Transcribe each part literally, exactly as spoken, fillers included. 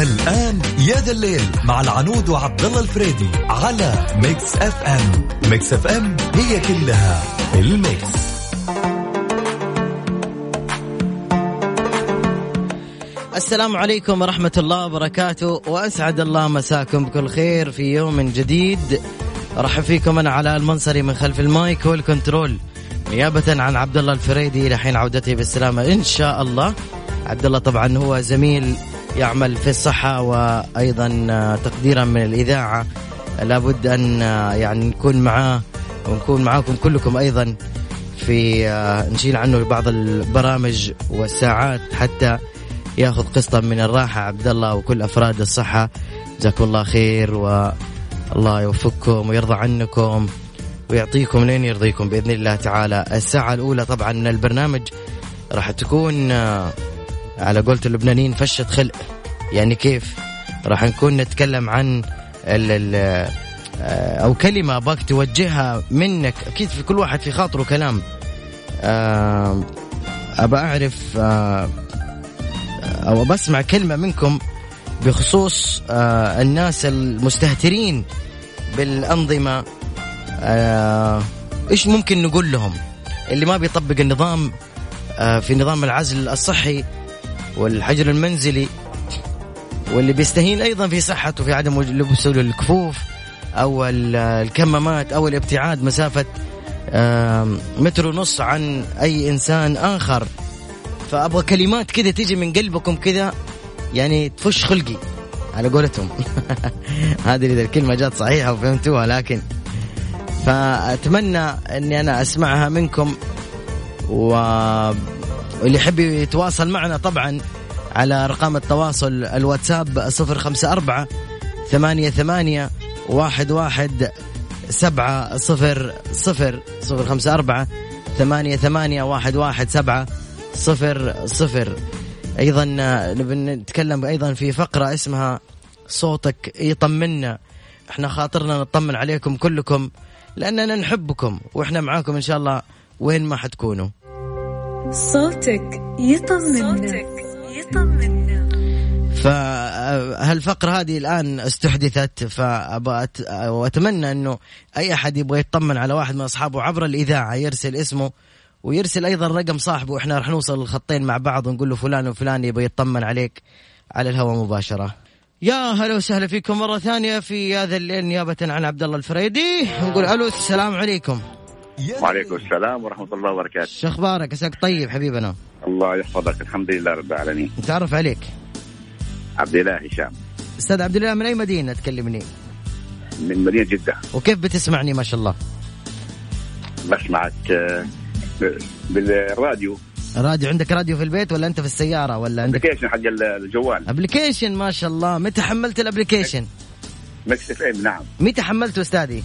الآن يا ذا الليل مع العنود وعبد الله الفريدي على ميكس اف ام. ميكس اف ام هي كلها الميكس. السلام عليكم ورحمة الله وبركاته، وأسعد الله مساكم بكل خير في يوم جديد. رحب فيكم أنا على المنصري من خلف المايك والكنترول، نيابة عن عبد الله الفريدي لحين عودته بالسلامة إن شاء الله. عبد الله طبعا هو زميل يعمل في الصحة، وأيضا تقديرا من الإذاعة لابد أن يعني نكون معاه ونكون معاكم كلكم أيضا في نشيل عنه بعض البرامج والساعات حتى ياخذ قسطا من الراحة. عبد الله وكل أفراد الصحة جزاكم الله خير، والله يوفقكم ويرضى عنكم ويعطيكم لين يرضيكم بإذن الله تعالى. الساعة الأولى طبعا من البرنامج راح تكون على قولة اللبنانيين فشة خلق، يعني كيف راح نكون نتكلم عن ال ال أو كلمة باك توجهها منك. أكيد في كل واحد في خاطره كلام، أبى أعرف أو بسمع كلمة منكم بخصوص آه الناس المستهترين بالأنظمة. آه إيش ممكن نقول لهم؟ اللي ما بيطبق النظام آه في نظام العزل الصحي والحجر المنزلي، واللي بيستهين أيضا في صحته في عدم لبسه للكفوف أو الكمامات أو الابتعاد مسافة آه متر ونص عن أي إنسان آخر. فأبغى كلمات كده تيجي من قلبكم كده، يعني تفش خلقي على قولتهم. هذه إذا الكلمة جات صحيحة وفهمتوها، لكن فأتمنى أني أنا أسمعها منكم. واللي يحب يتواصل معنا طبعا على رقم التواصل الواتساب صفر خمسة أربعة ثمانية ثمانية واحد واحد سبعة صفر صفر صفر خمسة أربعة ثمانية ثمانية واحد واحد سبعة صفر صفر. أيضا نتكلم أيضا في فقرة اسمها صوتك يطمنا. احنا خاطرنا نطمن عليكم كلكم لأننا نحبكم وإحنا معاكم إن شاء الله وين ما حتكونوا. صوتك يطمنا. صوتك يطمنا. فهالفقرة هذه الآن استحدثت، فأتمنى أنه أي أحد يبغى يطمن على واحد من أصحابه عبر الإذاعة يرسل اسمه ويرسل أيضا رقم صاحبه، وإحنا رح نوصل الخطين مع بعض ونقول له فلان وفلان يبغى يطمن عليك على الهواء مباشرة. يا هلا وسهلا فيكم مرة ثانية في هذا الليل نيابة عن عبد الله الفريدي. نقول ألو السلام عليكم. وعليكم السلام ورحمة الله وبركاته. شو أخبارك؟ عساك طيب حبيبنا؟ الله يحفظك، الحمد لله رب العالمين. نتعرف عليك. عبد الله هشام. أستاذ عبد الله، من أي مدينة تكلمني؟ من مدينة جدة. وكيف بتسمعني؟ ما شاء الله. بسمعك بالراديو. راديو؟ عندك راديو في البيت ولا أنت في السيارة ولا عندك أبليكيشن حق الجوال؟ أبليكيشن، ما شاء الله. متى حملت الأبليكيشن؟ ميكس اف ام. نعم. متى حملته أستاذي؟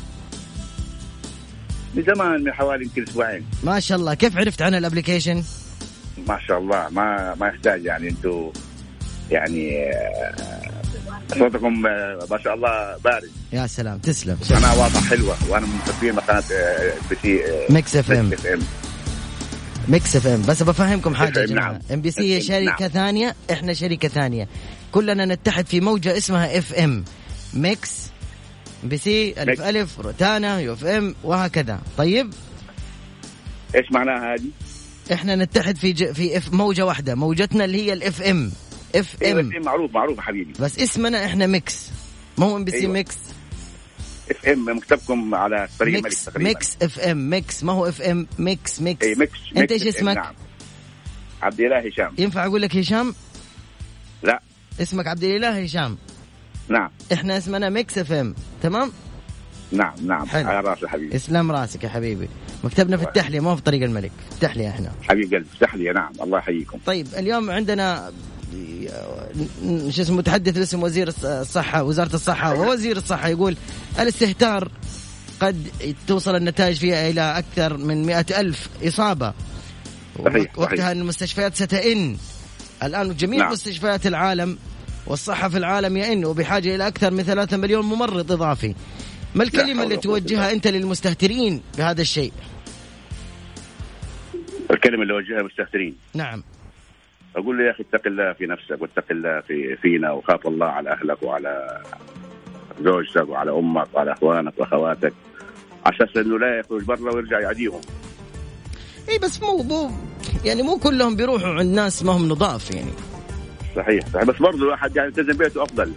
من زمان، من حوالي يمكن أسبوعين. ما شاء الله. كيف عرفت عن الأبليكيشن؟ ما شاء الله، ما ما يحتاج يعني أنتوا يعني صوتكم ما شاء الله بارد. يا سلام، تسلم. أنا واضح حلوة، وأنا من محبين قناة بي ميكس اف ام. ميكس اف ام. بس بفهمكم حاجة يا جماعة، ام بي سي هي شركة نعم. ثانية، احنا شركة ثانية، كلنا نتحد في موجة اسمها اف ام. ميكس ام بي سي الف الف روتانا يو اف ام وهكذا. طيب ايش معناها هذه؟ احنا نتحد في ج... في اف موجة واحدة، موجتنا اللي هي الاف ام. اف ام معروف معروف حبيبي، بس اسمنا احنا ميكس، ما هو ام بي سي. ميكس اف ام مكتبكم على طريق الملك تقريبا. ميكس اف ام. ميكس ما هو اف ام. ميكس ميكس. اي ميكس. انت ايش اسمك؟ نعم. عبد الله هشام. ينفع اقول لك هشام؟ لا، اسمك عبد الله هشام. نعم. احنا اسمنا ميكس اف ام. تمام. نعم نعم. حلو. على راسي حبيبي. اسلام راسك يا حبيبي. مكتبنا في التحلية، ما في طريق الملك، في التحلية احنا. حبيب قلبي التحلية. نعم، الله يحييكم. طيب اليوم عندنا شو اسمه متحدث باسم وزير الصحة، وزارة الصحة ووزير الصحة، يقول الاستهتار قد توصل النتائج فيها إلى أكثر من مئة ألف إصابة. صحيح. وقتها صحيح. أن المستشفيات ستئن الآن، جميع نعم. مستشفيات العالم والصحة في العالم يئن، وبحاجة إلى أكثر من ثلاثة مليون ممرض إضافي. ما الكلمة اللي توجهها أنت للمستهترين بهذا الشيء؟ الكلمة اللي وجهها المستهترين، نعم، أقول له يا أخي اتق الله في نفسك واتق الله في فينا وخاف الله على أهلك وعلى زوجتك وعلى أمك وعلى أخوانك وأخواتك عشان إنه لا يخرج برا ويرجع يعديهم. إيه بس مو مو يعني مو كلهم بيروحوا عند ناس ما هم نضاف يعني. صحيح صحيح بس برضو الواحد يعني يلتزم بيته أفضل.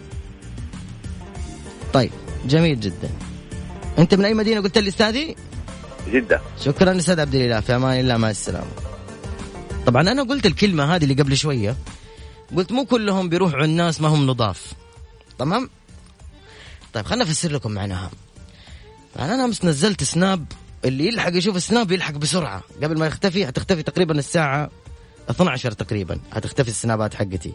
طيب جميل جدا. أنت من أي مدينة قلت لي أستاذي؟ جدة. شكرا أستاذ عبد الإله، في أمان الله، مع السلامة. طبعا أنا قلت الكلمة هذه اللي قبل شوية، قلت مو كلهم بيروحوا عند ناس ما هم نضاف. تمام؟ طيب خلنا أفسر لكم معناها. يعني أنا أمس نزلت سناب، اللي يلحق يشوف السناب يلحق بسرعة قبل ما يختفي. هتختفي تقريبا الساعة اثنا عشر تقريبا، هتختفي السنابات حقتي.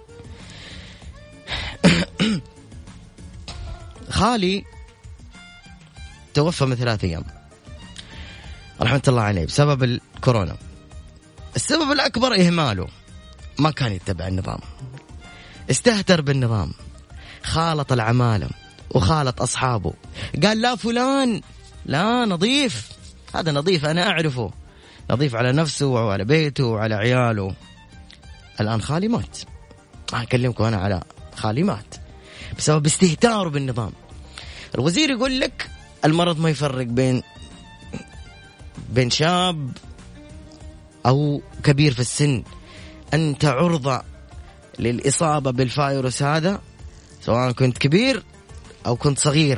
خالي توفى من ثلاث أيام رحمة الله عليه بسبب الكورونا. السبب الأكبر إهماله، ما كان يتبع النظام، استهتر بالنظام، خالط العمالة وخالط أصحابه، قال لا فلان لا نظيف، هذا نظيف أنا أعرفه، نظيف على نفسه وعلى بيته وعلى عياله. الآن خالي مات، أكلمكم أنا على خالي مات بسبب استهتاره بالنظام. الوزير يقول لك المرض ما يفرق بين بين شاب أو كبير في السن، أنت عرضة للإصابة بالفيروس هذا سواء كنت كبير أو كنت صغير.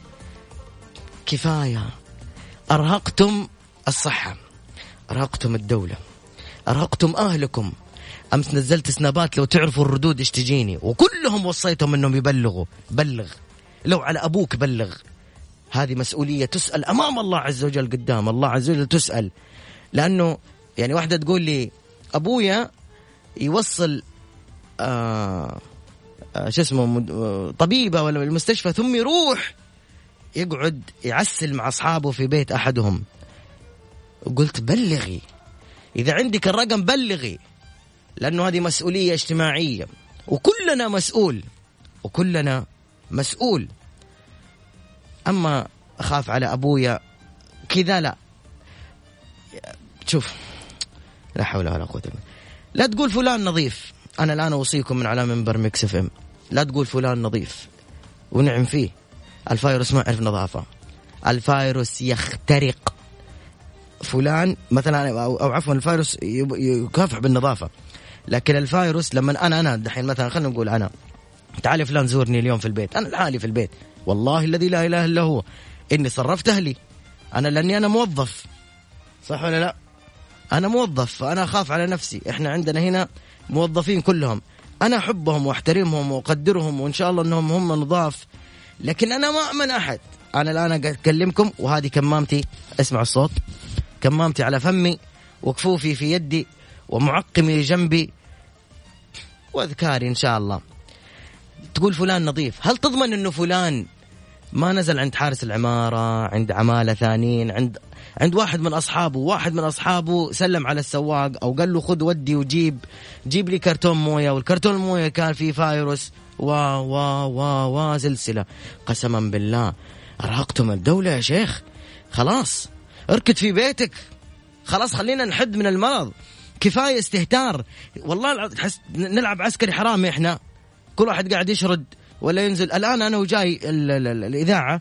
كفاية، أرهقتم الصحة، أرهقتم الدولة، أرهقتم أهلكم. أمس نزلت سنابات لو تعرفوا الردود إيش تجيني، وكلهم وصيتهم أنهم يبلغوا. بلغ، لو على أبوك بلغ، هذه مسؤولية تسأل أمام الله عز وجل، قدام الله عز وجل تسأل. لأنه يعني واحدة تقول لي أبويا يوصل آه آه شو اسمه طبيبة ولا المستشفى ثم يروح يقعد يعسل مع أصحابه في بيت أحدهم. قلت بلغي، إذا عندك الرقم بلغي، لأنه هذه مسؤولية اجتماعية وكلنا مسؤول وكلنا مسؤول. أما أخاف على أبويا كذا لا، شوف لا حول ولا قوة إلا بالله. لا تقول فلان نظيف، أنا الآن أوصيكم من على منبر ميكس اف ام، لا تقول فلان نظيف ونعم فيه. الفيروس ما يعرف نظافة، الفيروس يخترق فلان مثلا، أو, أو عفوا الفيروس يكافح بالنظافة، لكن الفيروس لما أنا أنا دحين مثلا خلينا نقول أنا تعالي فلان زورني اليوم في البيت، أنا لحالي في البيت والله الذي لا إله إلا هو إني صرفت أهلي، أنا لأني أنا موظف، صح ولا لا؟ أنا موظف، فأنا أخاف على نفسي. إحنا عندنا هنا موظفين كلهم، أنا أحبهم وأحترمهم وأقدرهم وإن شاء الله أنهم هم نضاف، لكن أنا ما أمن أحد. أنا الآن أكلمكم وهذه كمامتي، اسمعوا الصوت، كمامتي على فمي وكفوفي في يدي ومعقمي جنبي وأذكاري إن شاء الله. تقول فلان نظيف، هل تضمن أنه فلان ما نزل عند حارس العمارة، عند عمالة ثانيين، عند عند واحد من أصحابه، واحد من أصحابه سلم على السواق أو قال له خذ ودي وجيب جيب لي كرتون موية، والكرتون الموية كان فيه فيروس وا وا وا وا سلسلة. قسما بالله أرهقتم الدولة يا شيخ، خلاص اركد في بيتك، خلاص خلينا نحد من المرض، كفاية استهتار. والله نلعب عسكري حرامي إحنا، كل واحد قاعد يشرد ولا ينزل. الآن أنا وجاي ال ال ال الإذاعة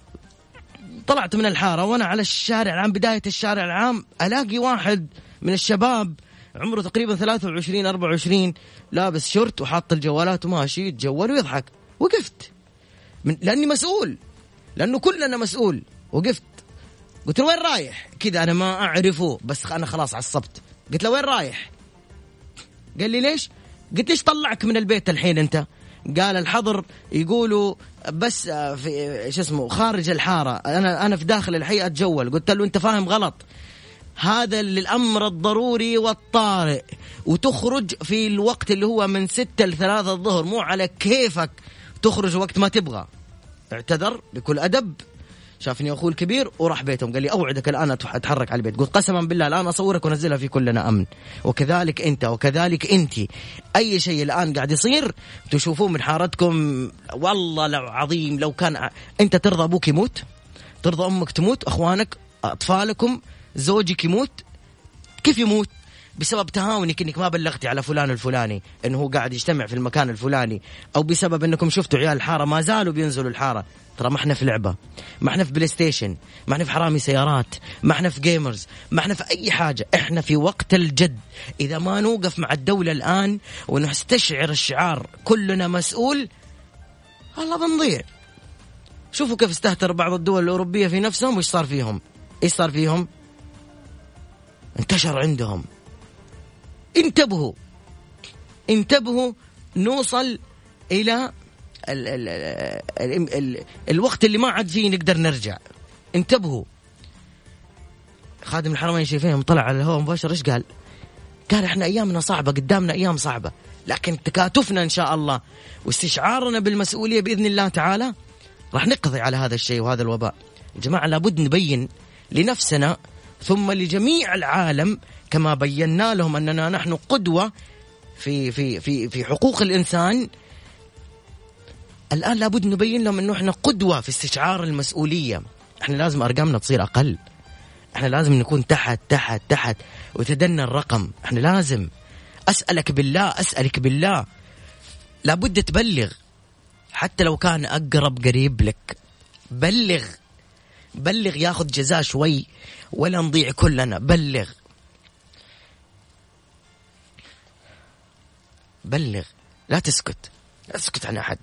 طلعت من الحارة وأنا على الشارع العام، بداية الشارع العام، ألاقي واحد من الشباب عمره تقريبا ثلاثة وعشرين أربعة وعشرين لابس شورت وحاط الجوالات وماشي يتجول ويضحك. وقفت من لأني مسؤول، لأنه كلنا مسؤول. وقفت قلت له وين رايح كذا، أنا ما أعرفه بس أنا خلاص عصبت. قلت له وين رايح؟ قال لي ليش؟ قلت ليش طلعك من البيت الحين أنت؟ قال الحظر يقولوا بس في ايش اسمه خارج الحارة، انا انا في داخل الحي اتجول. قلت له انت فاهم غلط، هذا للامر الضروري والطارئ، وتخرج في الوقت اللي هو من ستة لثلاثة الظهر، مو على كيفك تخرج وقت ما تبغى. اعتذر بكل ادب، شافني اخوه الكبير وراح بيتهم، قال لي اوعدك الان اتحرك على البيت. قلت قسما بالله الان اصورك ونزلها في كلنا امن، وكذلك انت وكذلك انت. اي شيء الان قاعد يصير تشوفوه من حارتكم، والله لو عظيم لو كان انت ترضى ابوك يموت، ترضى امك تموت، اخوانك، اطفالكم، زوجك يموت، كيف يموت؟ بسبب تهاونك انك ما بلغتي على فلان الفلاني انه هو قاعد يجتمع في المكان الفلاني، او بسبب انكم شفتوا عيال الحاره ما زالوا بينزلوا الحاره. ترى ما احنا في لعبه، ما احنا في بلاي ستيشن، ما احنا في حرامي سيارات، ما احنا في جيمرز، ما احنا في اي حاجه. احنا في وقت الجد. اذا ما نوقف مع الدوله الان ونستشعر الشعار كلنا مسؤول، الله بنضيع. شوفوا كيف استهتر بعض الدول الأوروبية في نفسهم، وإيش صار فيهم؟ إيش صار فيهم؟ انتشر عندهم. انتبهوا انتبهوا نوصل إلى ال ال ال ال الوقت اللي ما عاد فيه نقدر نرجع. انتبهوا. خادم الحرمين الشريفين طلع على الهواء مباشر، إيش قال؟ قال إحنا أيامنا صعبة، قدامنا أيام صعبة، لكن تكاتفنا إن شاء الله واستشعارنا بالمسؤولية بإذن الله تعالى راح نقضي على هذا الشيء وهذا الوباء. يا جماعة لابد نبين لنفسنا ثم لجميع العالم كما بينا لهم أننا نحن قدوة في في في في حقوق الإنسان. الآن لابد نبين لهم أنه إحنا قدوة في استشعار المسؤولية. إحنا لازم أرقامنا تصير أقل، إحنا لازم نكون تحت تحت تحت وتدنى الرقم. إحنا لازم، أسألك بالله أسألك بالله لابد تبلغ، حتى لو كان أقرب قريب لك. بلغ بلغ، ياخذ جزاء شوي ولا نضيع كلنا. بلغ بلغ، لا تسكت، لا تسكت عن أحد.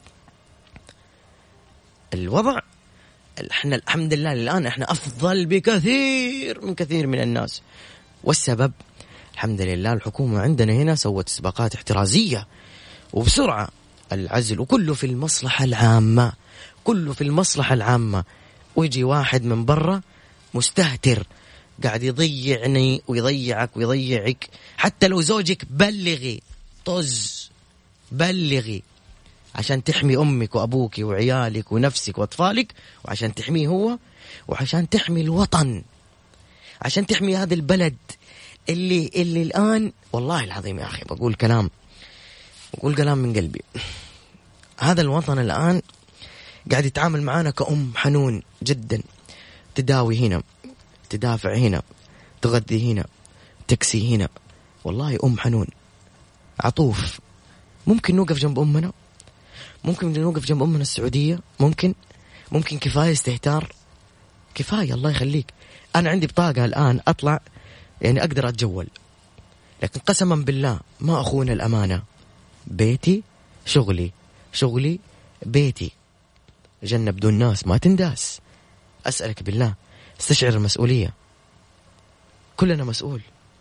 الوضع احنا الحمد لله الآن احنا أفضل بكثير من كثير من الناس، والسبب الحمد لله الحكومة عندنا هنا سوت سباقات احترازية وبسرعة العزل، وكله في المصلحة العامة، كله في المصلحة العامة. ويجي واحد من برا مستهتر قاعد يضيعني ويضيعك ويضيعك. حتى لو زوجك بلغي، طز بلغي عشان تحمي أمك وأبوك وعيالك ونفسك وأطفالك، وعشان تحميه هو، وعشان تحمي الوطن، عشان تحمي هذا البلد اللي اللي الآن والله العظيم يا أخي بقول كلام بقول كلام من قلبي. هذا الوطن الآن قاعد يتعامل معانا كأم حنون جدا، تداوي هنا، تدافع هنا، تغذي هنا، تكسي هنا. والله أم حنون عطوف. ممكن نوقف جنب أمنا، ممكن نوقف جنب أمنا السعودية، ممكن ممكن كفاية استهتار، كفاية. الله يخليك، أنا عندي بطاقة الآن أطلع يعني أقدر أتجول، لكن قسما بالله ما أخون الأمانة. بيتي شغلي، شغلي بيتي. جنة بدون ناس ما تنداس. أسألك بالله استشعر المسؤولية. كلنا مسؤول،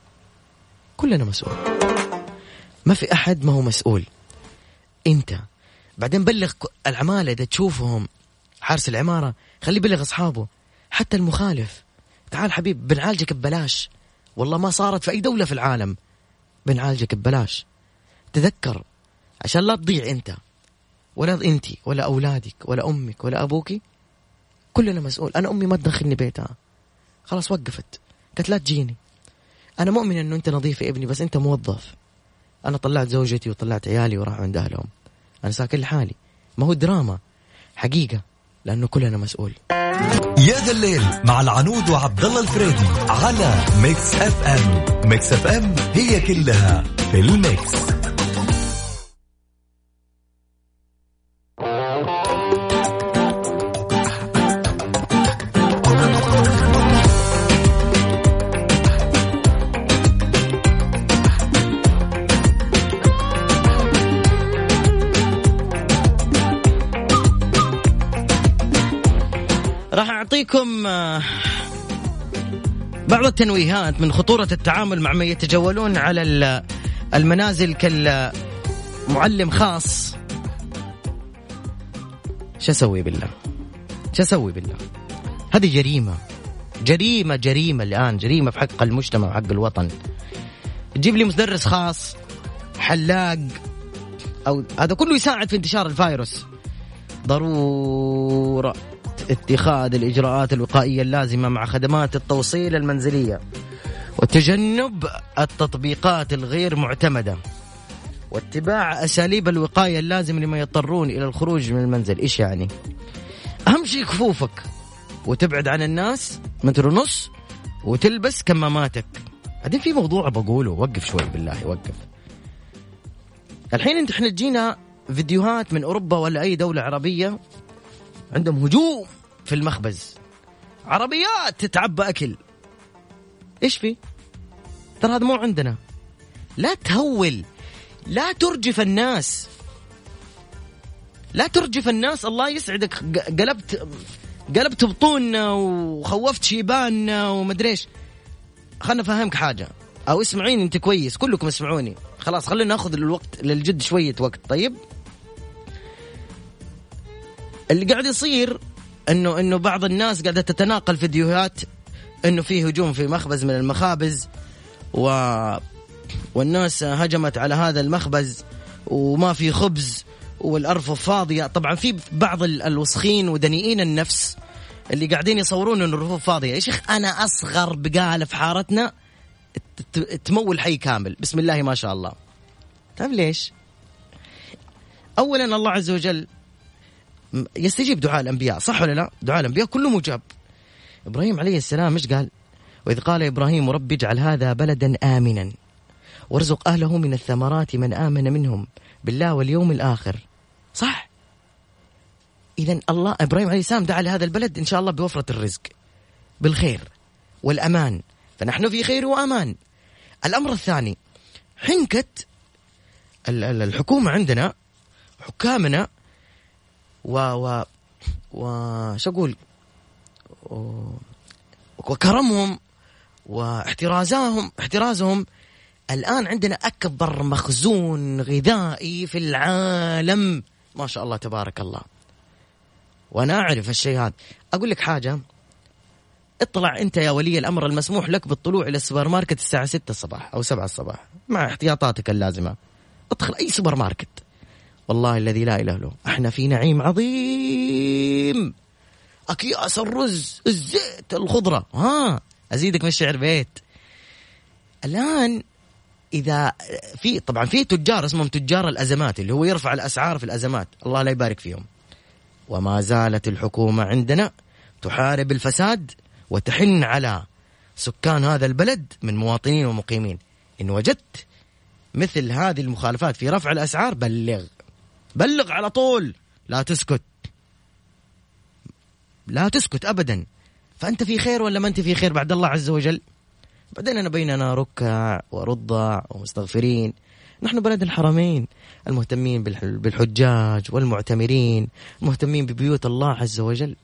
كلنا مسؤول، ما في أحد ما هو مسؤول. أنت بعدين بلغ العمالة إذا تشوفهم، حارس العمارة خليه بلغ أصحابه، حتى المخالف. تعال حبيب بنعالجك ببلاش، والله ما صارت في أي دولة في العالم. بنعالجك ببلاش. تذكر عشان لا تضيع أنت ولا أنتي ولا أولادك ولا أمك ولا أبوك. كلنا مسؤول. أنا أمي ما تدخلني بيتها، خلاص وقفت، قالت لا تجيني. أنا مؤمن أنه أنت نظيف يا ابني، بس أنت موظف. أنا طلعت زوجتي وطلعت عيالي وراح عند أهلهم، أنا ساكن لحالي. ما هو دراما، حقيقة، لأنه كلنا مسؤول. يا ذا الليل مع العنود وعبد الله الفريدي على ميكس اف ام. ميكس اف ام هي كلها في الميكس. راح أعطيكم بعض التنويهات من خطورة التعامل مع من يتجولون على المنازل كالمعلم خاص. شو أسوي بالله؟ شو أسوي بالله؟ هذه جريمة، جريمة جريمة الآن، جريمة في حق المجتمع وحق الوطن. تجيب لي مدرس خاص، حلاق، أو هذا كله يساعد في انتشار الفيروس. ضرورة اتخاذ الإجراءات الوقائية اللازمة مع خدمات التوصيل المنزلية، وتجنب التطبيقات الغير معتمدة، واتباع أساليب الوقاية اللازمة لما يضطرون إلى الخروج من المنزل. إيش يعني؟ أهم شيء كفوفك، وتبعد عن الناس متر ونص، وتلبس كماماتك. بعدين في موضوع بقوله، وقف شوي بالله وقف. الحين انت احنا تجينا فيديوهات من أوروبا ولا أي دولة عربية عندهم هجوم في المخبز، عربيات تتعبى أكل. إيش في؟ ترى هذا مو عندنا. لا تهول، لا ترجف الناس، لا ترجف الناس. الله يسعدك، قلبت قلبت بطوننا وخوفت شيباننا ومدريش. خلنا أفهمك حاجة، أو اسمعيني أنت كويس، كلكم اسمعوني. خلاص خلينا نأخذ الوقت للجد شوية وقت. طيب اللي قاعد يصير إنه إنه بعض الناس قاعدة تتناقل فيديوهات إنه فيه هجوم في مخبز من المخابز، و والناس هجمت على هذا المخبز وما في خبز والأرفف فاضية. طبعا في بعض الوسخين ودنيئين النفس اللي قاعدين يصورون إن الرفوف فاضية. يا شيخ أنا أصغر بقالة في حارتنا تمول حي كامل، بسم الله ما شاء الله. طيب ليش؟ أولا الله عز وجل يستجيب دعاء الأنبياء، صح ولا لا؟ دعاء الأنبياء كله مجاب. إبراهيم عليه السلام مش قال وإذ قال إبراهيم رب اجعل هذا بلدا آمنا وارزق أهله من الثمرات من آمن منهم بالله واليوم الآخر، صح؟ إذن الله إبراهيم عليه السلام دعا لهذا البلد إن شاء الله بوفرة الرزق بالخير والأمان، فنحن في خير وأمان. الأمر الثاني، حنكة الحكومة عندنا، حكامنا و و وش أقول وكرمهم واحترازهم احترازهم. الآن عندنا أكبر مخزون غذائي في العالم، ما شاء الله تبارك الله. وأنا أعرف الشيء هذا. أقول لك حاجة، اطلع أنت يا ولي الأمر، المسموح لك بالطلوع إلى السوبر ماركت الساعة ستة الصباح أو سبعة الصباح مع احتياطاتك اللازمة. ادخل أي سوبر ماركت، والله الذي لا إله إلا هو احنا في نعيم عظيم. أكياس الرز، الزيت، الخضرة، ها أزيدك من الشعر بيت. الآن إذا في طبعا في تجار اسمهم تجار الأزمات، اللي هو يرفع الأسعار في الأزمات، الله لا يبارك فيهم. وما زالت الحكومة عندنا تحارب الفساد وتحن على سكان هذا البلد من مواطنين ومقيمين. إن وجدت مثل هذه المخالفات في رفع الأسعار بلغ بلغ على طول، لا تسكت لا تسكت أبدا. فأنت في خير ولا ما أنت في خير بعد الله عز وجل؟ بعدين أنا بيننا ركع ورضع ومستغفرين. نحن بلد الحرمين، المهتمين بالحجاج والمعتمرين، مهتمين ببيوت الله عز وجل.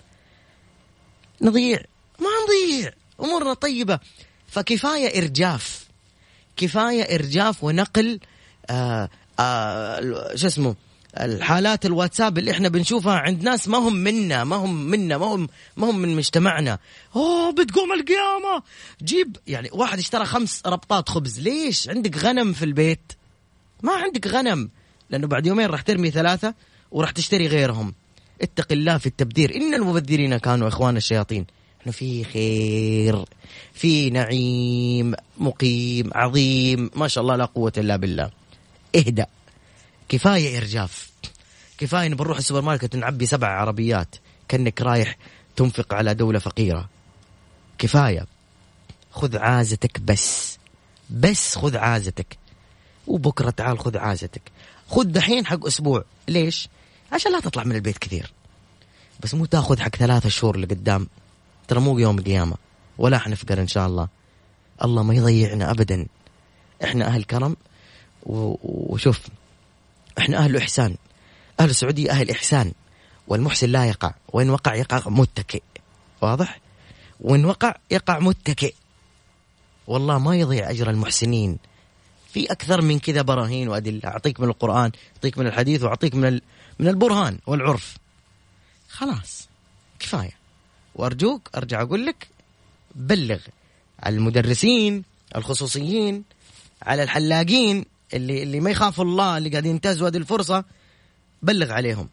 نضيع؟ ما نضيع، أمورنا طيبة. فكفاية إرجاف، كفاية إرجاف ونقل آآ آآ شو اسمه الحالات الواتساب اللي احنا بنشوفها عند ناس ما هم منا ما هم منا ما هم ما هم من مجتمعنا. اوه بتقوم القيامة، جيب يعني واحد اشترى خمس ربطات خبز. ليش؟ عندك غنم في البيت؟ ما عندك غنم، لأنه بعد يومين راح ترمي ثلاثة وراح تشتري غيرهم. اتق الله في التبذير، إن المبذرين كانوا إخوان الشياطين. احنا في خير، في نعيم مقيم عظيم، ما شاء الله لا قوة إلا بالله. اهدأ، كفاية إرجاف، كفاية إن بنروح السوبر ماركت نعبي سبع عربيات كأنك رايح تنفق على دولة فقيرة. كفاية، خذ عازتك، بس بس خذ عازتك، وبكرة تعال خذ عازتك. خذ دحين حق أسبوع. ليش؟ عشان لا تطلع من البيت كثير، بس مو تاخذ حق ثلاثة شهور لقدام. ترى مو يوم القيامة ولا حنفقر إن شاء الله. الله ما يضيعنا أبدا. إحنا أهل كرم، وشوف إحنا أهل إحسان. أهل السعودية أهل إحسان، والمحسن لا يقع، وإن وقع يقع متكئ. واضح؟ وإن وقع يقع متكئ. والله ما يضيع أجر المحسنين. في أكثر من كذا براهين وأدلة. أعطيك من القرآن، أعطيك من الحديث، وأعطيك من من البرهان والعرف. خلاص كفاية. وأرجوك أرجع أقول لك، بلغ على المدرسين الخصوصيين، على الحلاقين اللي اللي ما يخافوا الله، اللي قاعدين ينتهزوا هذه الفرصة، بلغ عليهم.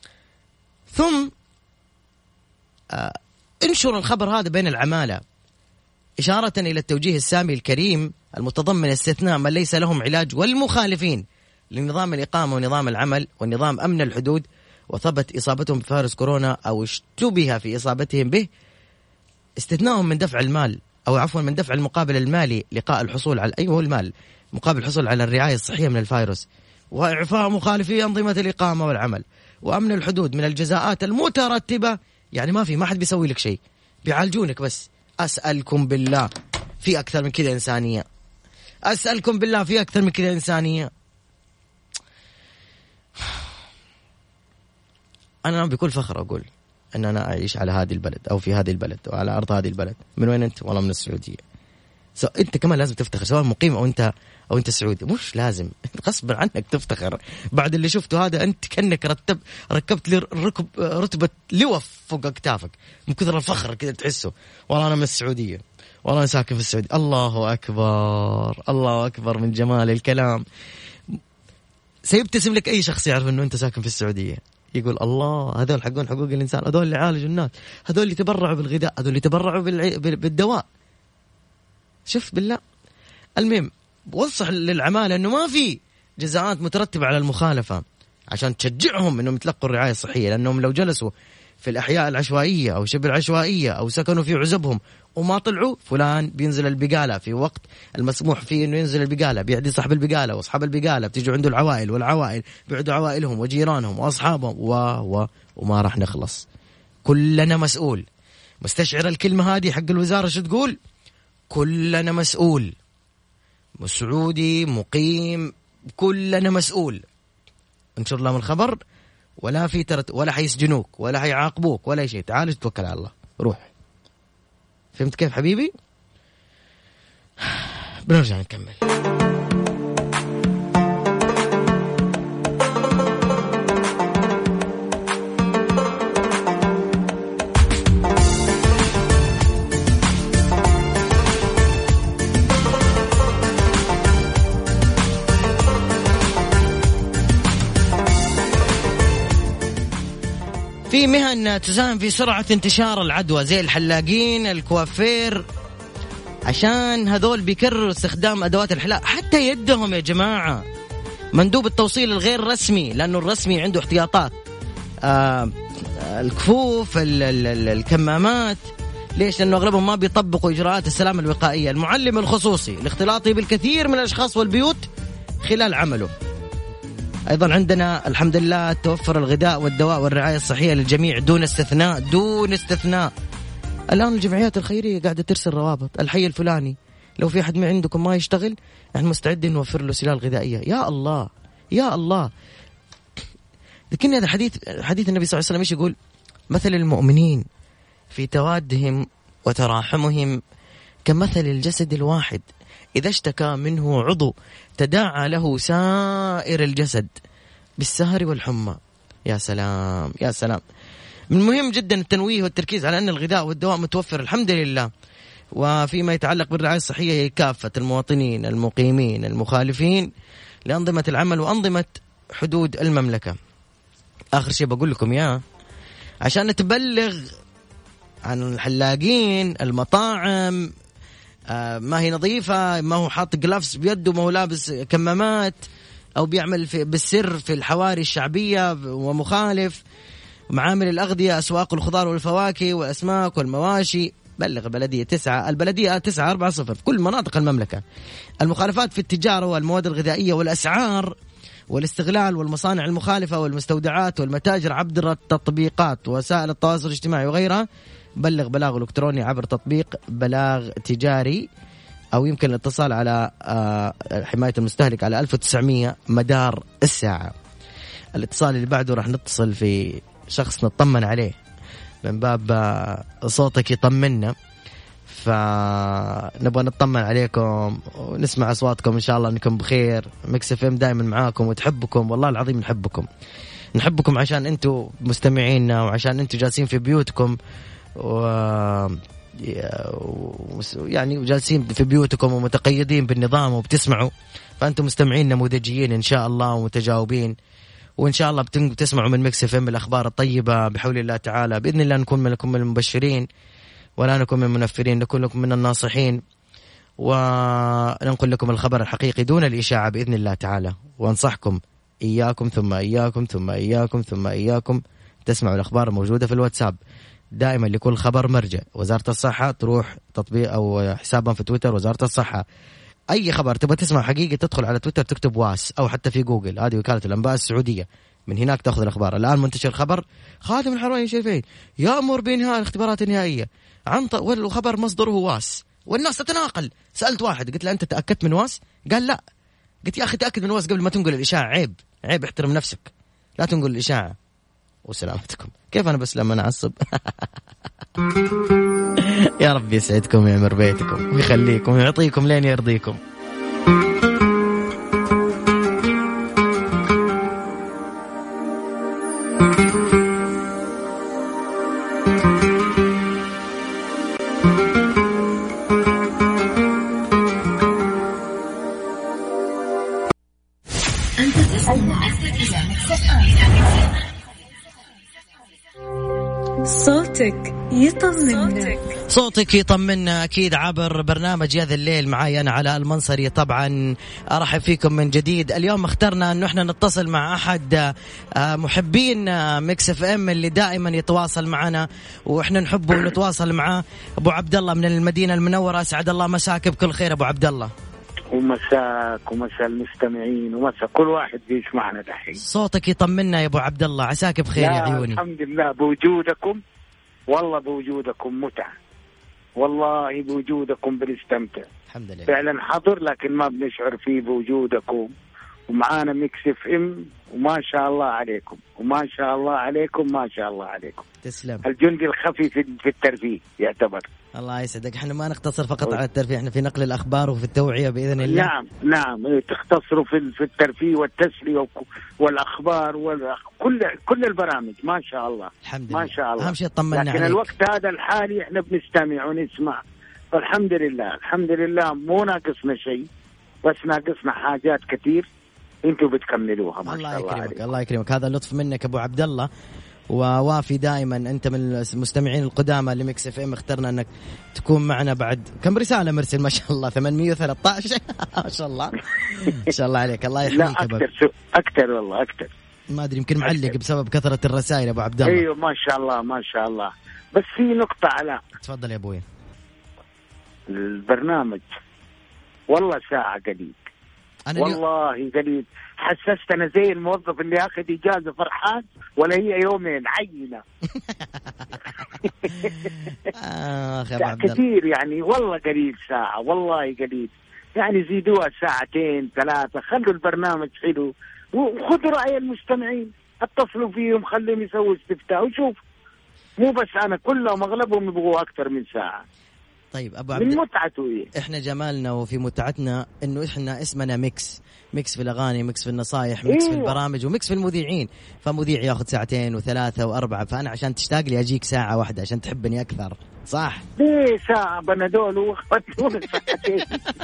ثم آه انشر الخبر هذا بين العمالة، إشارة إلى التوجيه السامي الكريم المتضمن استثناء من ليس لهم علاج والمخالفين لنظام الإقامة ونظام العمل ونظام أمن الحدود، وثبت إصابتهم بفيروس كورونا أو اشتبه في إصابتهم به، استثناءهم من دفع المال أو عفوا من دفع المقابل المالي لقاء الحصول على أيوه المال مقابل الحصول على الرعاية الصحية من الفيروس، وإعفاء مخالفي أنظمة الإقامة والعمل، وأمن الحدود من الجزاءات المترتبة. يعني ما في ما حد بيسوي لك شيء، بيعالجونك بس. أسألكم بالله في أكثر من كذا إنسانية؟ أسألكم بالله في أكثر من كذا إنسانية؟ أنا بكل فخر أقول أن أنا أعيش على هذه البلد أو في هذه البلد وعلى أرض هذه البلد. من وين أنت؟ والله من السعودية. سو أنت كمان لازم تفتخر، سواء مقيم أو أنت أو أنت سعودي. مش لازم، غصب عنك تفتخر بعد اللي شفته هذا. أنت كأنك رتب ركبت لي ركب رتبة لواء فوق أكتافك من كثر الفخر كذا تحسه. والله أنا من السعودية، والله أنا ساكن في السعودية. الله أكبر، الله أكبر من جمال الكلام. سيبتسم لك أي شخص يعرف أنه أنت ساكن في السعودية، يقول الله هذول حقون حقوق الإنسان، هذول اللي عالجوا الناس، هذول اللي تبرعوا بالغذاء، هذول اللي تبرعوا بالدواء. شوف بالله. المهم وضح للعمالة أنه ما في جزاءات مترتبة على المخالفة عشان تشجعهم أنهم يتلقوا الرعاية الصحية، لأنهم لو جلسوا في الأحياء العشوائية أو شبه العشوائية أو سكنوا في عزبهم وما طلعوا، فلان بينزل البقالة في وقت المسموح فيه إنه ينزل البقالة، بيعدي صاحب البقالة، وأصحاب البقالة بتيجوا عنده العوائل، والعوائل بيعدوا عوائلهم وجيرانهم وأصحابهم و و وما راح نخلص. كلنا مسؤول. مستشعر الكلمة هذه حق الوزارة شو تقول؟ كلنا مسؤول، سعودي مقيم كلنا مسؤول. انشر لهم الخبر ولا في ترت ولا حيسجنوك ولا حيعاقبوك ولا شيء. تعال توكل على الله، روح. فهمت كيف حبيبي؟ بنرجع نكمل. في مهن تساهم في سرعة انتشار العدوى زي الحلاقين، الكوافير، عشان هذول بيكرروا استخدام أدوات الحلاق حتى يدهم يا جماعة. مندوب التوصيل الغير رسمي، لأنه الرسمي عنده احتياطات، آه الكفوف، ال ال ال الكمامات. ليش؟ لأنه أغلبهم ما بيطبقوا إجراءات السلامة الوقائية. المعلم الخصوصي لاختلاطه بالكثير من الأشخاص والبيوت خلال عمله. أيضا عندنا الحمد لله توفر الغذاء والدواء والرعاية الصحية للجميع دون استثناء، دون استثناء. الآن الجمعيات الخيرية قاعدة ترسل روابط، الحي الفلاني لو في أحد من عندكم ما يشتغل نحن مستعدين نوفر له سلال غذائية. يا الله يا الله. لكن هذا حديث حديث النبي صلى الله عليه وسلم ايش يقول؟ مثل المؤمنين في توادهم وتراحمهم كمثل الجسد الواحد إذا اشتكى منه عضو تداعى له سائر الجسد بالسهر والحمى. يا سلام يا سلام. من مهم جدا التنويه والتركيز على أن الغذاء والدواء متوفر الحمد لله. وفيما يتعلق بالرعاية الصحية هي كافة المواطنين المقيمين المخالفين لأنظمة العمل وأنظمة حدود المملكة. آخر شيء بقول لكم يا عشان نتبلغ عن الحلاقين، المطاعم آه ما هي نظيفة، ما هو حاط جلافز بيده، ما هو لابس كمامات، أو بيعمل في بالسر في الحواري الشعبية ومخالف، معامل الأغذية، أسواق الخضار والفواكه والأسماك والمواشي. بلغ بلدية تسعة البلدية تسعة أربعة صفر في كل مناطق المملكة. المخالفات في التجارة والمواد الغذائية والأسعار والاستغلال والمصانع المخالفة والمستودعات والمتاجر عبر التطبيقات ووسائل التواصل الاجتماعي وغيرها. بلغ بلاغ إلكتروني عبر تطبيق بلاغ تجاري، أو يمكن الاتصال على حماية المستهلك على ألف وتسعمية مدار الساعة. الاتصال اللي بعده راح نتصل في شخص نطمن عليه من باب صوتك يطمنا، فنبغى نطمن عليكم ونسمع أصواتكم إن شاء الله أنكم بخير. ميكس اف ام دائما معاكم وتحبكم، والله العظيم نحبكم نحبكم عشان أنتوا مستمعيننا وعشان أنتوا جالسين في بيوتكم و يعني جالسين في بيوتكم ومتقيدين بالنظام وبتسمعوا، فأنتم مستمعين نموذجيين إن شاء الله ومتجاوبين، وإن شاء الله بتسمعوا من ميكس اف ام الأخبار الطيبة بحول الله تعالى. بإذن الله نكون لكم من المبشرين ولا نكون من المنفرين، نكون لكم من الناصحين وننقل لكم الخبر الحقيقي دون الإشاعة بإذن الله تعالى. وانصحكم إياكم ثم إياكم ثم إياكم ثم إياكم تسمعوا الأخبار الموجودة في الواتساب دائما لكل خبر مرجع. وزارة الصحة تروح تطبيق أو حسابهم في تويتر وزارة الصحة. أي خبر تبغى تسمع حقيقي تدخل على تويتر تكتب واس أو حتى في جوجل، هذه وكالة الأنباء السعودية، من هناك تأخذ الأخبار. الآن منتشر خبر خادم الحرمين الشريفين يأمر بإنهاء الاختبارات النهائية عن ط... والخبر مصدره واس، والناس تتناقل. سألت واحد قلت له أنت تأكدت من واس؟ قال لا. قلت يا أخي تأكد من واس قبل ما تنقل الإشاعة، عيب عيب، احترم نفسك، لا تنقل الإشاعة. وسلامتكم. كيف أنا بس لما نعصب؟ يا رب يسعدكم ويعمر بيتكم ويخليكم ويعطيكم لين يرضيكم. صوتك يطمننا، صوتك يطمنا أكيد عبر برنامج هذا الليل. معاي أنا علاء المنصري. طبعا أرحب فيكم من جديد. اليوم اخترنا أنه احنا نتصل مع أحد محبين ميكس اف ام اللي دائما يتواصل معنا وإحنا نحبه ونتواصل معاه، أبو عبد الله من المدينة المنورة. أسعد الله مساك بكل خير أبو عبد الله. ومساك ومساء المستمعين ومساء كل واحد بيسمعنا دحين. صوتك يطمنا يا أبو عبد الله، عساك بخير يا عيوني. الحمد لله بوجودكم، والله بوجودكم متعة، والله بوجودكم بنستمتع. الحمد لله. فعلا حضر لكن ما بنشعر فيه بوجودكم، ومعانا ميكس اف ام، وما شاء الله عليكم وما شاء الله عليكم ما شاء الله عليكم. تسلم. الجندي الخفي في الترفيه يعتبر. الله يسعدك. احنا ما نقتصر فقط على الترفيه، احنا في نقل الأخبار وفي التوعية بإذن الله. نعم نعم، تختصروا في في الترفيه والتسلية والأخبار وكل كل البرامج ما شاء الله. الحمد لله. ما شاء الله. أهم شيء طمنا لكن عليك. الوقت هذا الحالي احنا بنستمع ونسمع، فالحمد لله الحمد لله مو ناقصنا شيء، بس ناقصنا حاجات كثير انتوا بتكملوها ما الله شاء الله. يكرمك. الله يكرمك، هذا لطف منك ابو عبد الله، ووافي دائما. انت من المستمعين القدامى لميكس اف ام، اخترنا انك تكون معنا. بعد كم رساله مرسل ما شاء الله؟ ثمانمية وثلاثة عشر ما شاء الله. ما شاء الله عليك. الله يحميك. لا اكثر اكثر والله اكثر. ما ادري يمكن معلق بسبب كثره الرسائل يا ابو عبد الله. ايوه ما شاء الله ما شاء الله. بس في نقطه على تفضل يا ابوي. البرنامج والله ساعه قليل، والله قليل. حسستنا زي الموظف اللي اخذ اجازه فرحان ولا هي يومين عينه. آه كثير يعني، والله قليل ساعه، والله قليل يعني. زيدوها ساعتين ثلاثه، خلوا البرنامج حلو وخذوا راي المستمعين، اتصلوا فيهم خليهم يسووا استفتاء وشوف. مو بس انا، كلهم اغلبهم يبغوا اكثر من ساعه. طيب ابو عبد، من متعته إيه؟ احنا جمالنا وفي متعتنا انه احنا اسمنا ميكس، ميكس في الاغاني، ميكس في النصايح، ميكس إيه؟ في البرامج، وميكس في المذيعين. فمذيع ياخذ ساعتين وثلاثه واربعه، فانا عشان تشتاق لي اجيك ساعه واحده عشان تحبني اكثر، صح؟ ليه ساعه بنادول واخذت ساعتين.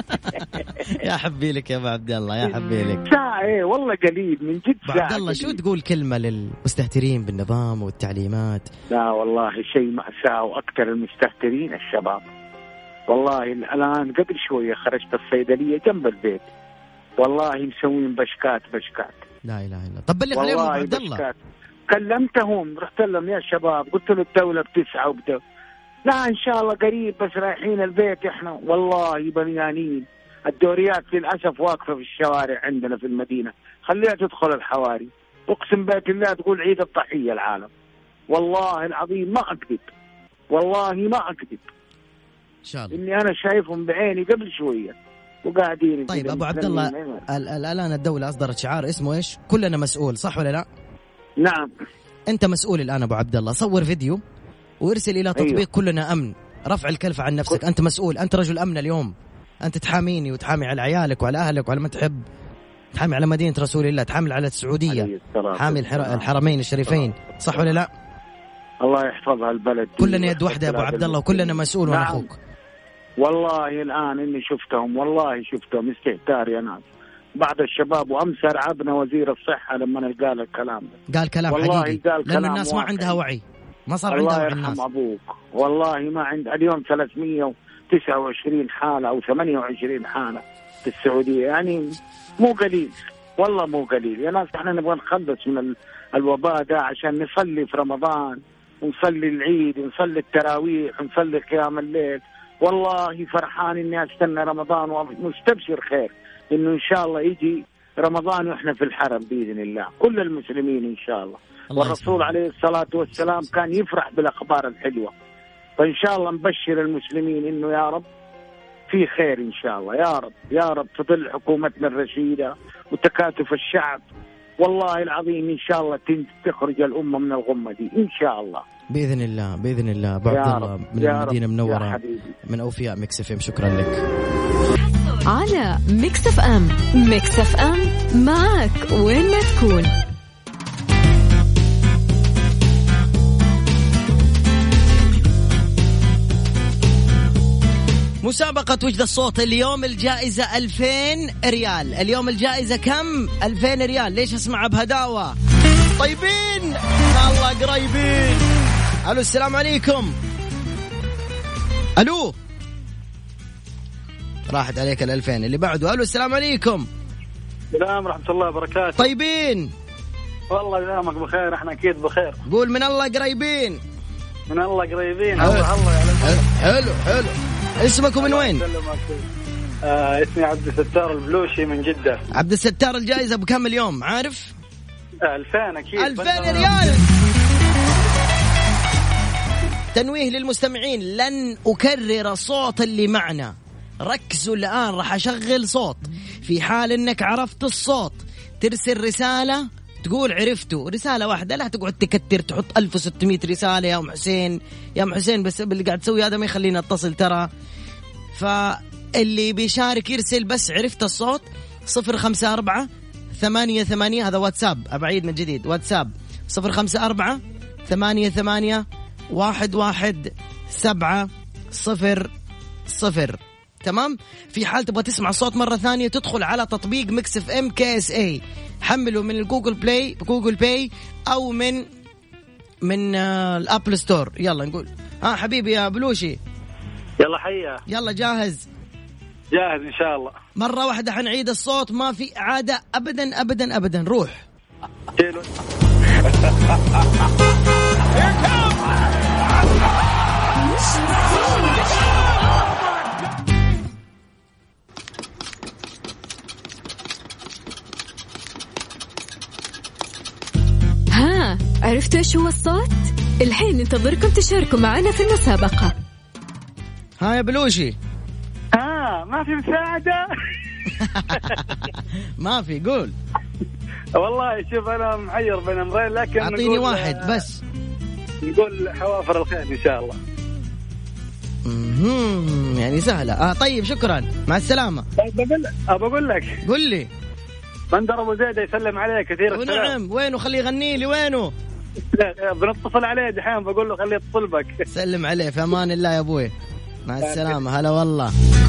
يا حبي لك يا ابو عبد الله، يا حبي لك. ساعه ايه والله قليل من جد. ابو عبد الله شو تقول كلمه للمستهترين بالنظام والتعليمات؟ لا والله شيء مأساة، واكثر المستهترين الشباب. والله الآن قبل شوية خرجت الصيدلية جنب البيت، والله مسوين بشكات بشكات. لا إله إلا الله. طب بلغ عليهم أبو عبد الله. كلمتهم، رحت لهم يا شباب، قلت له الدولة بتسعى وبدأ. لا إن شاء الله قريب، بس رايحين البيت إحنا. والله بنيانين الدوريات للأسف واقفة في الشوارع عندنا في المدينة، خليها تدخل الحواري. أقسم بيت الله تقول عيد الضحية العالم. والله العظيم ما أكذب، والله ما أكذب. إن شاء الله. إني أنا شايفهم بعيني قبل شوية وقاعدين. طيب أبو عبد الله، الآن الدولة أصدرت شعار اسمه إيش؟ كلنا مسؤول، صح ولا لا؟ نعم. أنت مسؤول الآن أبو عبد الله. صور فيديو وارسل إلى تطبيق أيوه. كلنا أمن، رفع الكلفة عن نفسك. كل... أنت مسؤول، أنت رجل أمن اليوم، أنت تحاميني وتحامي على عيالك وعلى أهلك وعلى من تحب، تحامي على مدينة رسول الله، تحامي على السعودية، حامي الحر... الحرمين الشريفين، صح ولا لا؟ الله يحفظها البلد. كلنا يد واحدة يا أبو عبد الله، وكلنا مسؤول. نعم. وأنا أخوك. والله الآن إني شفتهم، والله شفتهم استهتار يا ناس. بعض الشباب، وأمس رعبنا وزير الصحة لما قال الكلام ده. قال كلام حقيقي، قال لأن كلام الناس ما عندها وعي، ما صار عندها وعي الناس. الله يرحم أبوك، والله ما عند. اليوم ثلاثمية وتسعة وعشرين حالة أو ثمانية وعشرين حالة في السعودية، يعني مو قليل، والله مو قليل يا ناس. احنا نبغى نخلص من الوباء ده عشان نصلي في رمضان ونصلي العيد ونصلي التراويح ونصلي قيام الليل. والله فرحان إني أستنى رمضان ومستبشر خير إنه إن شاء الله يجي رمضان وإحنا في الحرم بإذن الله كل المسلمين إن شاء الله. الله والرسول يسمع. عليه الصلاة والسلام كان يفرح بالأخبار الحلوة، فإن شاء الله نبشر المسلمين إنه يا رب في خير إن شاء الله. يا رب يا رب في ظل حكومتنا الرشيدة وتكاتف الشعب والله العظيم إن شاء الله تخرج الأمة من الغمة دي إن شاء الله بإذن الله بإذن الله. أبو عبد الله من المدينة منورة من أوفياء ميكس اف ام، شكرا لك. على ميكس اف ام. ميكس اف ام معك وين ما تكون. مسابقة وجد الصوت اليوم الجائزة ألفين ريال. اليوم الجائزة كم؟ ألفين ريال. ليش اسمع بهداوة؟ طيبين الله قريبين. ألو السلام عليكم. ألو راحت عليك الألفين. اللي بعده. ألو السلام عليكم. السلام ورحمة الله وبركاته. طيبين والله يومك بخير، احنا أكيد بخير. قول من الله قريبين. من الله قريبين. حلو حلو, حلو حلو. اسمك ومن وين؟ آه اسمي عبد الستار البلوشي من جدة. عبد الستار الجائزة بكم اليوم عارف؟ ألفين أكيد. ألفين ريال. تنويه للمستمعين، لن أكرر صوت اللي معنا، ركزوا الآن. راح أشغل صوت، في حال أنك عرفت الصوت ترسل رسالة تقول عرفته، رسالة واحدة، لا تقعد تكتر تحط ألف وستمائة رسالة يا أم حسين يا أم حسين، بس اللي قاعد تسوي هذا ما يخلينا اتصل ترى. فاللي بيشارك يرسل بس عرفت الصوت صفر خمسة أربعة ثمانية ثمانية، هذا واتساب، أبعيد من جديد واتساب صفر خمسة أربعة ثمانية ثمانية واحد واحد سبعة صفر صفر. تمام. في حال تبغى تسمع الصوت مرة ثانية تدخل على تطبيق ميكس اف ام كي اس اي، حمله من الجوجل بلاي جوجل باي او من من آه الابل ستور. يلا نقول ها آه حبيبي يا بلوشي. يلا حيا. يلا جاهز؟ جاهز ان شاء الله. مرة واحدة حنعيد الصوت، ما في إعادة ابدا ابدا ابدا. روح. ها عرفتوا ايش هو الصوت؟ الحين ننتظركم تشاركوا معنا في المسابقة. ها يا بلوشي. ها ما في مساعدة. ما في. قول. والله شوف أنا محير بين أمرين، لكن أعطيني واحد بس. نقول حوافر الخير إن شاء الله. امم يعني سهلة. آه طيب شكرا مع السلامة. طيب أبى أقول لك. قل لي. بندر أبو زيد يسلم عليك كثير. ونعم. وينه؟ خليه يغني لي. وينه؟ لا بنتصل عليه دحين، بقول له خليه يتصل بك. سلم عليه في أمان الله يا أبوي. مع السلامة. هلا والله.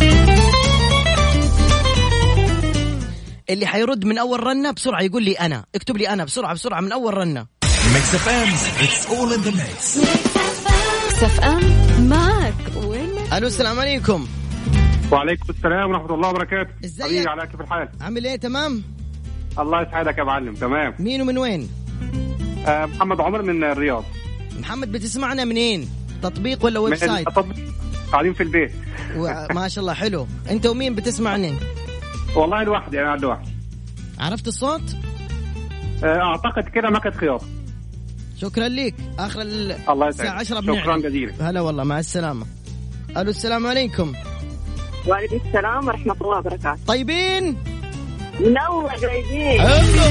اللي حيرد من أول رنة بسرعة يقول لي أنا. اكتب لي أنا بسرعة بسرعة من أول رنة. ميكس اف ام it's all in the mix. ميكس اف ام معك وين. ألو السلام عليكم. وعليكم السلام ورحمة الله وبركاته. ازيك؟ على كيف الحال؟ عامل ايه؟ تمام. الله يسعدك يا معلم. تمام. مين ومن وين؟ آه محمد عمر من الرياض. محمد بتسمعنا منين؟ تطبيق ولا ويب سايت؟ قاعدين في البيت. ما شاء الله حلو. انت ومين بتسمعني؟ والله لوحدي انا لوحدي. عرفت الصوت؟ آه اعتقد كده ما كانت خيار. شكرا لك. اخر الساعة عشرة بنعلن. شكرا جزيلا. هلا والله مع السلامة. الو السلام عليكم. وعليكم السلام ورحمة الله وبركاته. طيبين؟ من الله قريبين. حلو.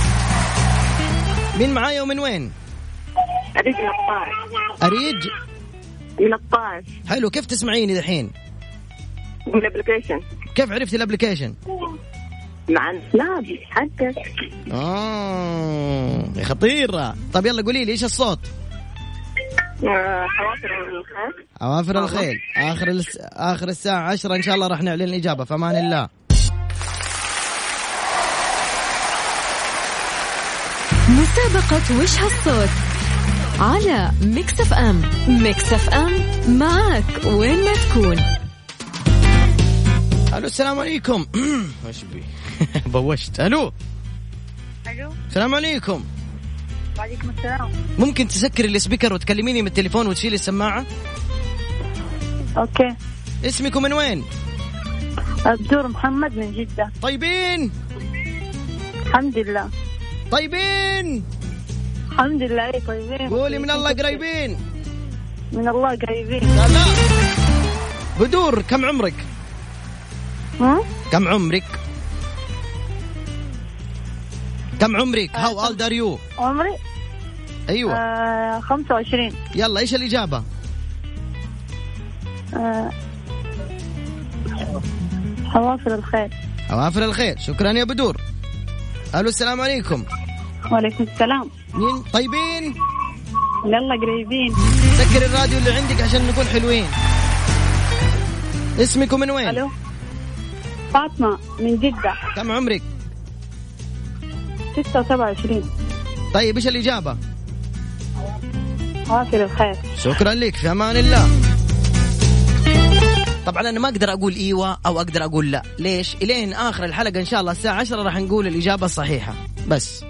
مين معايا ومن وين؟ أريج من الطائف. أريج من الطائف. حلو. كيف تسمعيني دحين؟ من الابليكيشن. كيف عرفتي الابليكيشن؟ مع السناب حقك. اه يا خطيرة. طب يلا قولي لي ايش الصوت؟ آه حوافر الخير. حوافر الخيل. اخر الس... اخر الساعة عشرة ان شاء الله راح نعلن الإجابة. فمان الله. مسابقة وش هالصوت على ميكس اف ام. ميكس اف ام معك وين ما تكون. الو السلام عليكم. وش بي بوشت. الو الو السلام عليكم. وعليكم السلام. ممكن تسكري السبيكر وتكلميني من التليفون وتشيلي السماعة؟ اوكي. اسمك ومن وين؟ بدور محمد من جدة. طيبين؟ الحمد لله. طيبين؟ الحمد لله طيبين. قولي من الله قريبين. من الله قريبين. لا لا. بدور كم عمرك؟ ها؟ كم عمرك؟ كم عمرك؟ How old are you؟ عمري؟ أيوة. آه خمسة وعشرين. يلا إيش الإجابة؟ آه حوافر الخير. حوافر الخير. شكرا يا بدور. ألو السلام عليكم. وعليكم السلام. مين؟ طيبين؟ يلا قريبين. سكر الراديو اللي عندك عشان نكون حلوين. اسمك ومن وين؟ ألو فاطمة من جدة. كم عمرك؟ ستة وسبعة وعشرين. طيب إيش الإجابة؟ حوافر الخير. شكرا لك، في أمان الله. طبعا أنا ما أقدر أقول إيوة أو أقدر أقول لا. ليش؟ إلين آخر الحلقة إن شاء الله الساعة عشرة راح نقول الإجابة الصحيحة بس.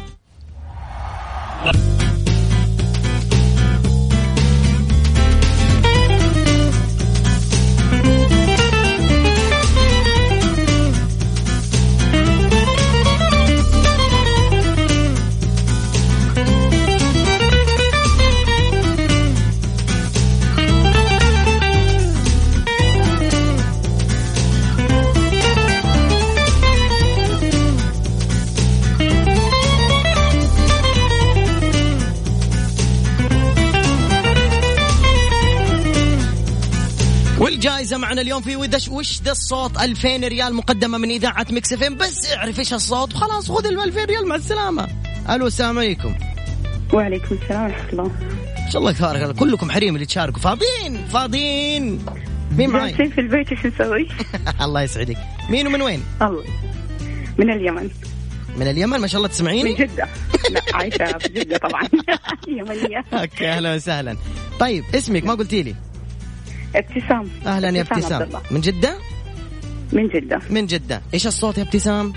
والجائزة معنا اليوم في ودش وش ده الصوت ألفين ريال مقدمة من إذاعة ميكس اف ام. بس اعرف إيش الصوت وخلاص خذ ال ألفين ريال مع السلامة. ألو السلام عليكم. وعليكم السلام ورحمة الله. إن شاء الله يبارك كلكم حريم اللي تشاركوا. فاضيين فاضيين. مين معي؟ جالسين في البيت إيش نسوي؟ الله يسعدك. مين ومن وين؟ الله من اليمن. من اليمن ما شاء الله تسمعيني؟ من جدة. لا عايشة في جدة طبعا. يمنية. أوكي أهلا وسهلا. طيب اسمك ما قلتي لي؟ ابتسام. أهلا يا ابتسام. من جدة؟ من جدة. من جدة. إيش الصوت يا ابتسام؟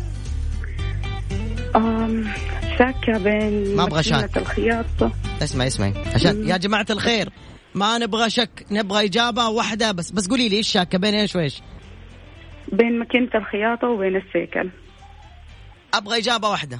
أم شاكة بين ما أبغى شاك. الخياطة. اسمعي اسمعي عشان يا جماعة الخير ما نبغى شك، نبغى إجابة واحدة بس. بس قولي لي إيش شاكة بين إيش وإيش؟ بين ماكينة الخياطة وبين السيكل. أبغى إجابة واحدة.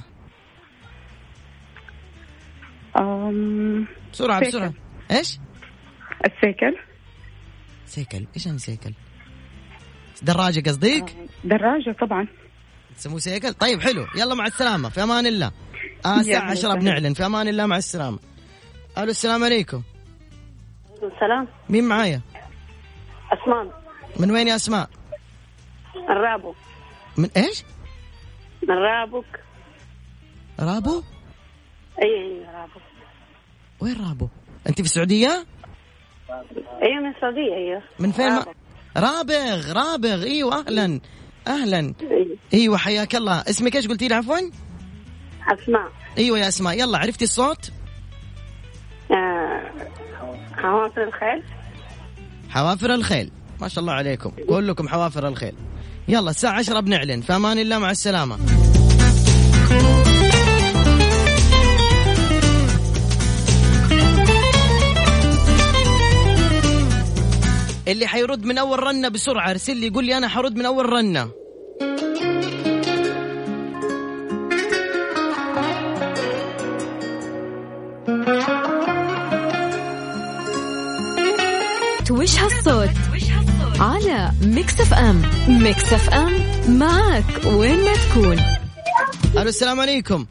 أم بسرعة سيكل. بسرعة. إيش؟ السيكل. سيكل إيش يعني سيكل؟ دراجة قصديك؟ دراجة طبعا. تسموه سيكل؟ طيب حلو. يلا مع السلامة في أمان الله. آه الساعة عشرة بنعلن. في أمان الله مع السلامة. ألو السلام عليكم. السلام. مين معايا؟ أسماء. من وين يا أسماء؟ الرابو. من إيش؟ من رابك. رابو؟ أي أي رابو. وين رابو؟ أنت في السعودية؟ أيوة من السعودية. أيوة من فين؟ ما... رابغ رابغ. ايوه اهلا اهلا. ايوه حياك الله. اسمك ايش قلتي لي عفوا؟ اسماء. ايوه يا اسماء. يلا عرفتي الصوت؟ آه... حوافر الخيل. حوافر الخيل. ما شاء الله عليكم كلكم حوافر الخيل. يلا الساعة عشرة بنعلن. في امان الله مع السلامة. اللي حيرد من أول رنة بسرعة ارسل لي يقول لي أنا حرد من أول رنة. وش هالصوت على ميكس اف ام. ميكس اف ام معك وين ما تكون. ألو السلام عليكم.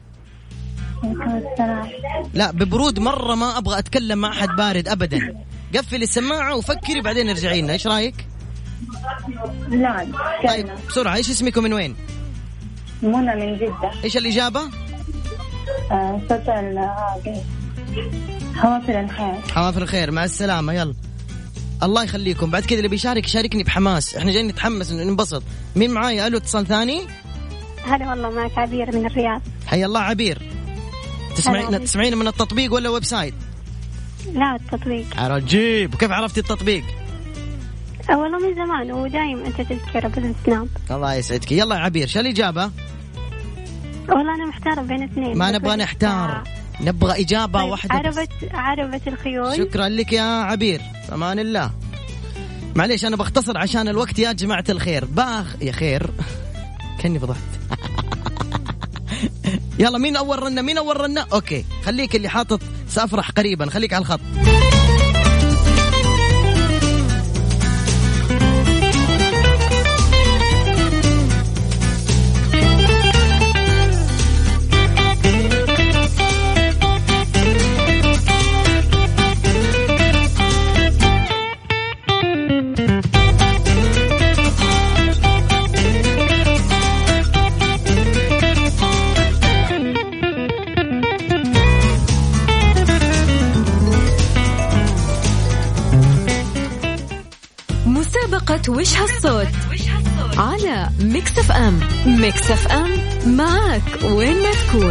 لا ببرود مرة ما أبغى أتكلم مع أحد بارد أبدا. قفل السماعة وفكري بعدين ارجعي لنا. إيش رأيك؟ لا. طيب بسرعة إيش اسمك ومن وين؟ منى من جدة. إيش الإجابة؟ آه صوت العاقل. حوافر الخير. حوافر الخير. مع السلامة. يلا الله يخليكم. بعد كذا اللي بيشارك يشاركني بحماس. إحنا جايين نتحمس ننبسط. مين معايا؟ ألو اتصال ثاني. هلا والله معك عبير من الرياض. حي الله عبير. تسمعين تسمعين من التطبيق ولا ويب سايت؟ لا التطبيق. عجيب. وكيف عرفتي التطبيق؟ أه والله من زمان ودايم أنت تذكره بالسناب. الله يسعدك. يلا يا عبير شو الإجابة؟ والله أنا محتارة بين اثنين. ما نبغى نحتار. نبغى إجابة طيب واحدة. عربة عربة الخيول. شكرا لك يا عبير، أمان الله. معليش أنا بختصر عشان الوقت يا جماعة الخير. باخ يا خير كني فضحت. يلا مين أول رنة؟ مين أول رنة؟ أوكي خليك اللي حاطط سأفرح قريبا، خليك على الخط. وش هالصوت على ميكس اف ام. ميكس اف ام معك وين ما تكون.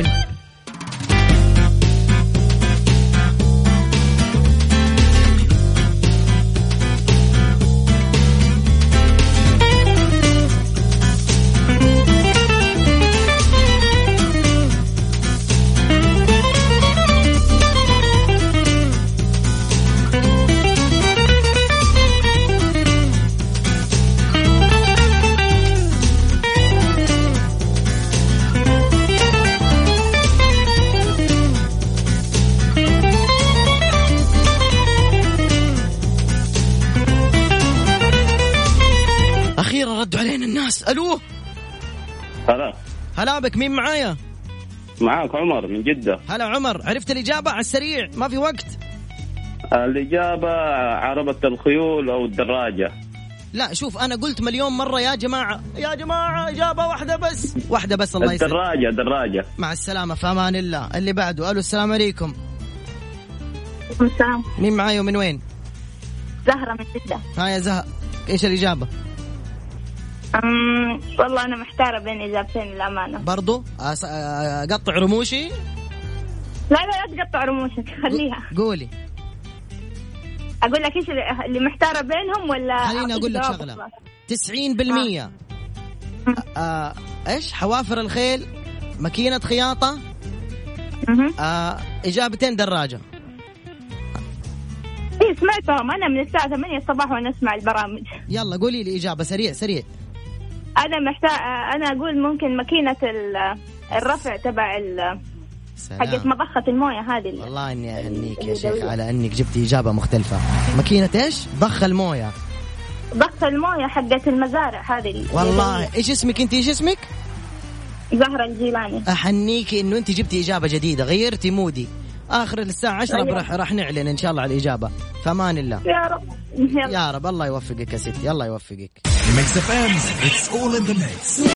ردوا علينا الناس. ألو هلا هلا بك، مين معايا؟ معاك عمر من جدة. هلا عمر، عرفت الإجابة على السريع ما في وقت؟ الإجابة عربة الخيول أو الدراجة. لا شوف أنا قلت مليون مرة يا جماعة يا جماعة إجابة واحدة بس، واحدة بس. الله يسلمك. الدراجة دراجة. مع السلامة في أمان الله. اللي بعده. ألو السلام عليكم. وعليكم السلام. مين معايا ومن وين؟ زهرة من جدة. ها يا زهر إيش الإجابة؟ أمم والله أنا محتارة بين إجابتين للأمانة. برضو أس... أقطع رموشي؟ لا لا لا تقطع رموشك، خليها. قولي. أقول لك إيش اللي محتارة بينهم ولا؟ خليني أقول لك شغلة. تسعين بالمية آه. إيش حوافر الخيل، ماكينة خياطة، آه. إجابتين دراجة. إيه سمعتهم أنا من الساعة ثمانية الصباح وأنا أسمع البرامج. يلا قولي لي إجابة سريع سريع. أنا محتاج أنا أقول ممكن ماكينة الرفع تبع حقت مضخة الموية هذه. والله إني أهنيك يا شيخ على أنك جبتي إجابة مختلفة. ماكينة إيش؟ ضخ الموية. ضخ الموية حقت المزارع هذه. والله إيش اسمك أنت؟ إيش اسمك؟ زهرة الجيلاني. أحنيكي إنه أنت جبتي إجابة جديدة، غيرتي مودي. آخر الساعة عشرة راح راح نعلن إن شاء الله على الإجابة. فمان الله يا رب. يا رب الله يوفقك يا ستي، الله يوفقك. Mix إف إم, it's all in the mix.